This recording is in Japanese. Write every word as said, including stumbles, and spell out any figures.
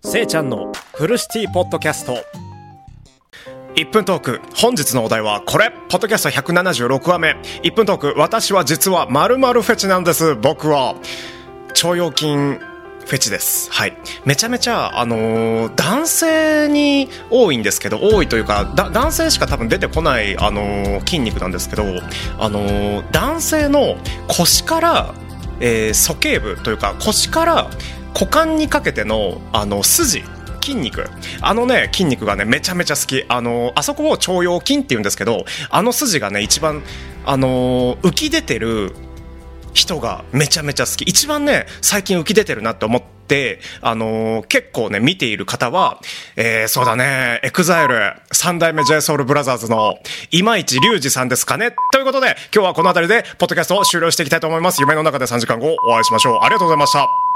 せいちゃんのフルシティポッドキャストいっぷんトーク。本日のお題はこれ。ポッドキャストひゃくななじゅうろくわめいっぷんトーク。私は実は〇〇フェチなんです。僕は腸腰筋フェチです。はい。めちゃめちゃあのー、男性に多いんですけど、多いというかだ男性しか多分出てこないあのー、筋肉なんですけど、あのー、男性の腰から、えー、鼠径部というか腰から股間にかけてのあの筋、筋肉、あのね筋肉がねめちゃめちゃ好き。あのあそこを腸腰筋って言うんですけど、あの筋がね一番あの浮き出てる人がめちゃめちゃ好き。一番ね最近浮き出てるなって思って、あのー、結構ね見ている方は、えー、そうだねエグザイル三代目 ジェイソウルブラザーズの今市隆二さんですかね。ということで今日はこの辺りでポッドキャストを終了していきたいと思います。夢の中でさんじかんごお会いしましょう。ありがとうございました。